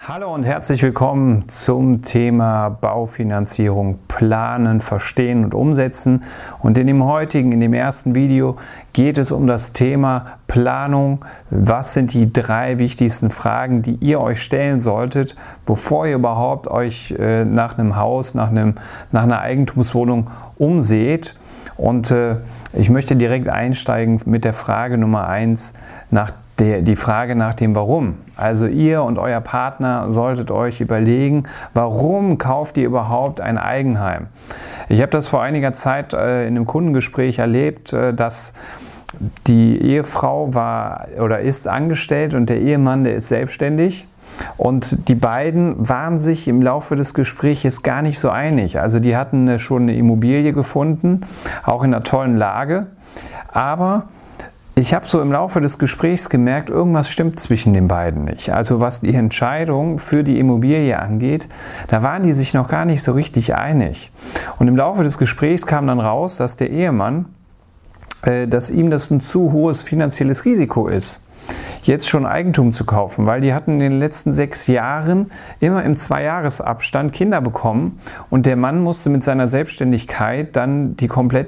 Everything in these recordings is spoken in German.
Hallo und herzlich willkommen zum Thema Baufinanzierung planen, verstehen und umsetzen. Und in dem ersten Video geht es um das Thema Planung. Was sind die 3 wichtigsten Fragen, die ihr euch stellen solltet, bevor ihr überhaupt euch nach einem Haus, nach einer Eigentumswohnung umseht? Und ich möchte direkt einsteigen mit der Frage Nummer 1 die Frage nach dem Warum. Also ihr und euer Partner solltet euch überlegen, warum kauft ihr überhaupt ein Eigenheim? Ich habe das vor einiger Zeit in einem Kundengespräch erlebt, dass die Ehefrau ist angestellt und der Ehemann, der ist selbstständig. Und die beiden waren sich im Laufe des Gesprächs gar nicht so einig. Also die hatten schon eine Immobilie gefunden, auch in einer tollen Lage, aber ich habe so im Laufe des Gesprächs gemerkt, irgendwas stimmt zwischen den beiden nicht. Also was die Entscheidung für die Immobilie angeht, da waren die sich noch gar nicht so richtig einig. Und im Laufe des Gesprächs kam dann raus, dass der Ehemann, dass ihm das ein zu hohes finanzielles Risiko ist, jetzt schon Eigentum zu kaufen, weil die hatten in den letzten 6 Jahren immer im 2-Jahres-Abstand Kinder bekommen und der Mann musste mit seiner Selbstständigkeit dann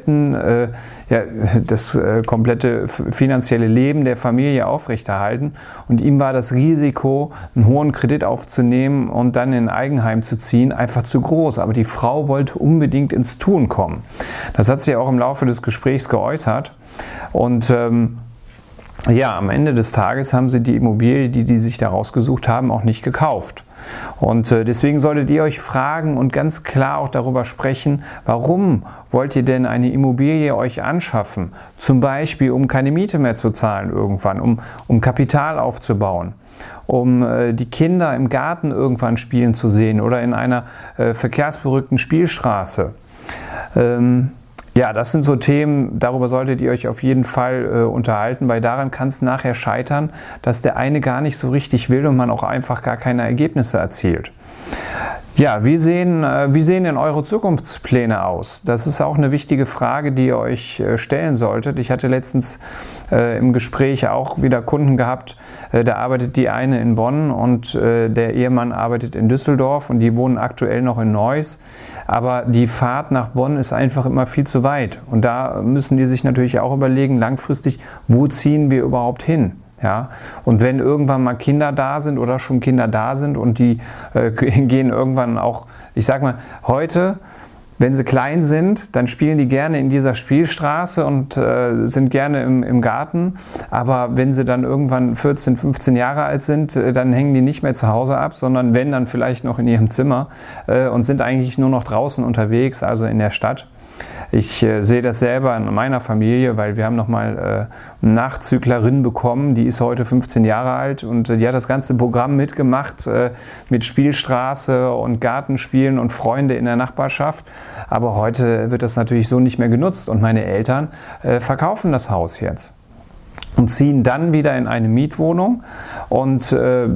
das komplette finanzielle Leben der Familie aufrechterhalten und ihm war das Risiko, einen hohen Kredit aufzunehmen und dann in ein Eigenheim zu ziehen, einfach zu groß. Aber die Frau wollte unbedingt ins Tun kommen. Das hat sie auch im Laufe des Gesprächs geäußert und am Ende des Tages haben sie die Immobilie, die sich da rausgesucht haben, auch nicht gekauft. Und deswegen solltet ihr euch fragen und ganz klar auch darüber sprechen, warum wollt ihr denn eine Immobilie euch anschaffen? Zum Beispiel, um keine Miete mehr zu zahlen irgendwann, um Kapital aufzubauen, um die Kinder im Garten irgendwann spielen zu sehen oder in einer verkehrsberuhigten Spielstraße. Das sind so Themen, darüber solltet ihr euch auf jeden Fall unterhalten, weil daran kann es nachher scheitern, dass der eine gar nicht so richtig will und man auch einfach gar keine Ergebnisse erzielt. Ja, wie sehen denn eure Zukunftspläne aus? Das ist auch eine wichtige Frage, die ihr euch stellen solltet. Ich hatte letztens im Gespräch auch wieder Kunden gehabt, da arbeitet die eine in Bonn und der Ehemann arbeitet in Düsseldorf und die wohnen aktuell noch in Neuss. Aber die Fahrt nach Bonn ist einfach immer viel zu weit. Und da müssen die sich natürlich auch überlegen, langfristig, wo ziehen wir überhaupt hin? Ja, und wenn irgendwann mal Kinder da sind oder schon Kinder da sind und die gehen irgendwann auch, ich sag mal, heute, wenn sie klein sind, dann spielen die gerne in dieser Spielstraße und sind gerne im Garten. Aber wenn sie dann irgendwann 14, 15 Jahre alt sind, dann hängen die nicht mehr zu Hause ab, sondern wenn, dann vielleicht noch in ihrem Zimmer und sind eigentlich nur noch draußen unterwegs, also in der Stadt. Ich sehe das selber in meiner Familie, weil wir haben nochmal eine Nachzüglerin bekommen, die ist heute 15 Jahre alt und die hat das ganze Programm mitgemacht mit Spielstraße und Gartenspielen und Freunde in der Nachbarschaft. Aber heute wird das natürlich so nicht mehr genutzt und meine Eltern verkaufen das Haus jetzt und ziehen dann wieder in eine Mietwohnung und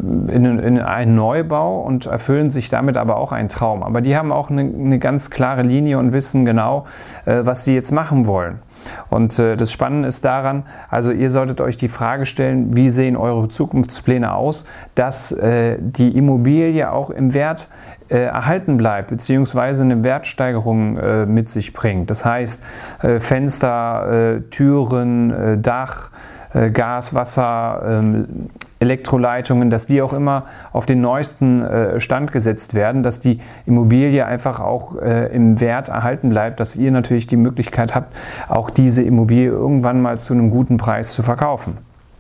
in einen Neubau und erfüllen sich damit aber auch einen Traum. Aber die haben auch eine ganz klare Linie und wissen genau, was sie jetzt machen wollen. Und das Spannende ist daran, also ihr solltet euch die Frage stellen, wie sehen eure Zukunftspläne aus, dass die Immobilie auch im Wert erhalten bleibt, beziehungsweise eine Wertsteigerung mit sich bringt. Das heißt, Fenster, Türen, Dach, Gas, Wasser, Elektroleitungen, dass die auch immer auf den neuesten Stand gesetzt werden, dass die Immobilie einfach auch im Wert erhalten bleibt, dass ihr natürlich die Möglichkeit habt, auch diese Immobilie irgendwann mal zu einem guten Preis zu verkaufen.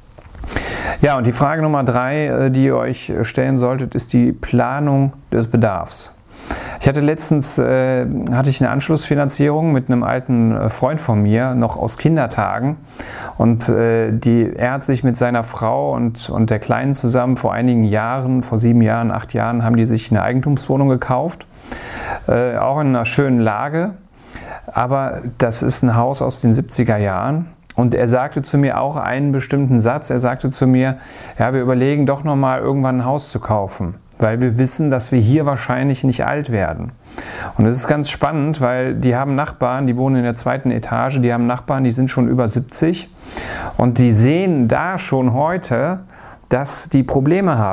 Ja, und die Frage Nummer 3, die ihr euch stellen solltet, ist die Planung des Bedarfs. Ich hatte letztens eine Anschlussfinanzierung mit einem alten Freund von mir, noch aus Kindertagen. Und er hat sich mit seiner Frau und der Kleinen zusammen vor einigen Jahren, vor 7 Jahren, 8 Jahren, haben die sich eine Eigentumswohnung gekauft. Auch in einer schönen Lage. Aber das ist ein Haus aus den 70er Jahren. Und er sagte zu mir auch einen bestimmten Satz. Er sagte zu mir, ja, wir überlegen doch nochmal irgendwann ein Haus zu kaufen, weil wir wissen, dass wir hier wahrscheinlich nicht alt werden. Und das ist ganz spannend, weil die haben Nachbarn, die wohnen in der 2. Etage, die haben Nachbarn, die sind schon über 70 und die sehen da schon heute, dass die Probleme haben.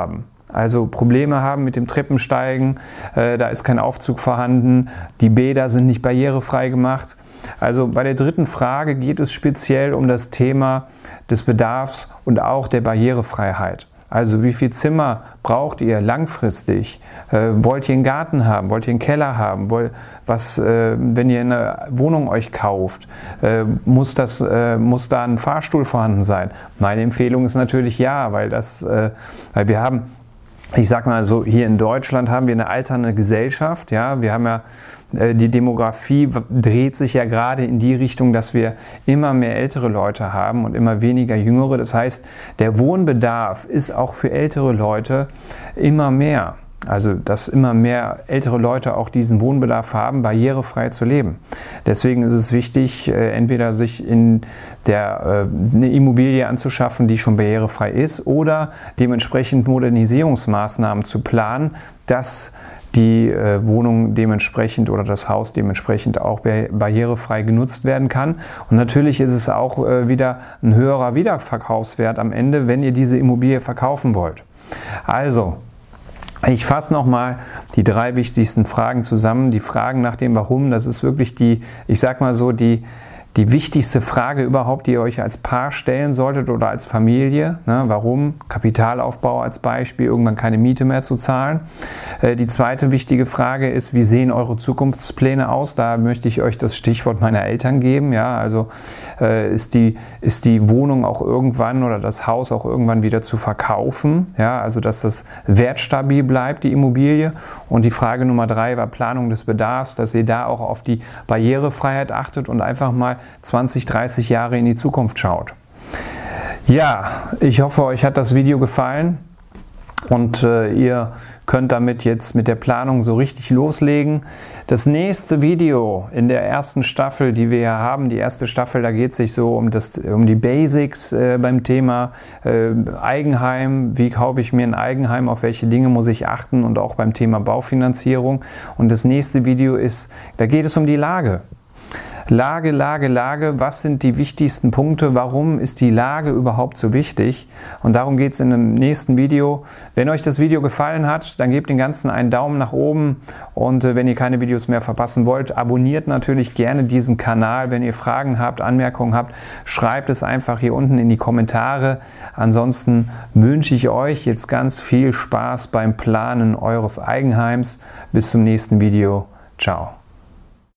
also Probleme haben mit dem Treppensteigen, da ist kein Aufzug vorhanden, die Bäder sind nicht barrierefrei gemacht. Also bei der dritten Frage geht es speziell um das Thema des Bedarfs und auch der Barrierefreiheit. Also wie viel Zimmer braucht ihr langfristig? Wollt ihr einen Garten haben? Wollt ihr einen Keller haben? Wenn ihr eine Wohnung euch kauft, muss da ein Fahrstuhl vorhanden sein? Meine Empfehlung ist natürlich ja, weil wir haben, ich sag mal so, hier in Deutschland haben wir eine alternde Gesellschaft. Ja? Wir haben ja die Demografie dreht sich ja gerade in die Richtung, dass wir immer mehr ältere Leute haben und immer weniger jüngere. Das heißt, der Wohnbedarf ist auch für ältere Leute immer mehr. Also, dass immer mehr ältere Leute auch diesen Wohnbedarf haben, barrierefrei zu leben. Deswegen ist es wichtig, entweder sich eine Immobilie anzuschaffen, die schon barrierefrei ist, oder dementsprechend Modernisierungsmaßnahmen zu planen, dass die Wohnung dementsprechend oder das Haus dementsprechend auch barrierefrei genutzt werden kann. Und natürlich ist es auch wieder ein höherer Wiederverkaufswert am Ende, wenn ihr diese Immobilie verkaufen wollt. Also, ich fasse nochmal die 3 wichtigsten Fragen zusammen. Die Fragen nach dem Warum, das ist wirklich die wichtigste Frage überhaupt, die ihr euch als Paar stellen solltet oder als Familie. Ne? Warum? Kapitalaufbau als Beispiel, irgendwann keine Miete mehr zu zahlen. Die zweite wichtige Frage ist, wie sehen eure Zukunftspläne aus? Da möchte ich euch das Stichwort meiner Eltern geben. Ja? Also ist die Wohnung auch irgendwann oder das Haus auch irgendwann wieder zu verkaufen? Ja? Also dass das wertstabil bleibt, die Immobilie. Und die Frage Nummer 3 war Planung des Bedarfs, dass ihr da auch auf die Barrierefreiheit achtet und einfach mal 20, 30 Jahre in die Zukunft schaut. Ja, ich hoffe, euch hat das Video gefallen und ihr könnt damit jetzt mit der Planung so richtig loslegen. Das nächste Video in der ersten Staffel, die wir hier haben, die erste Staffel, da geht es sich so um die Basics beim Thema Eigenheim. Wie kaufe ich mir ein Eigenheim? Auf welche Dinge muss ich achten? Und auch beim Thema Baufinanzierung. Und das nächste Video da geht es um die Lage. Lage, was sind die wichtigsten Punkte, warum ist die Lage überhaupt so wichtig? Und darum geht es in dem nächsten Video. Wenn euch das Video gefallen hat, dann gebt dem Ganzen einen Daumen nach oben und wenn ihr keine Videos mehr verpassen wollt, abonniert natürlich gerne diesen Kanal. Wenn ihr Fragen habt, Anmerkungen habt, schreibt es einfach hier unten in die Kommentare. Ansonsten wünsche ich euch jetzt ganz viel Spaß beim Planen eures Eigenheims. Bis zum nächsten Video. Ciao.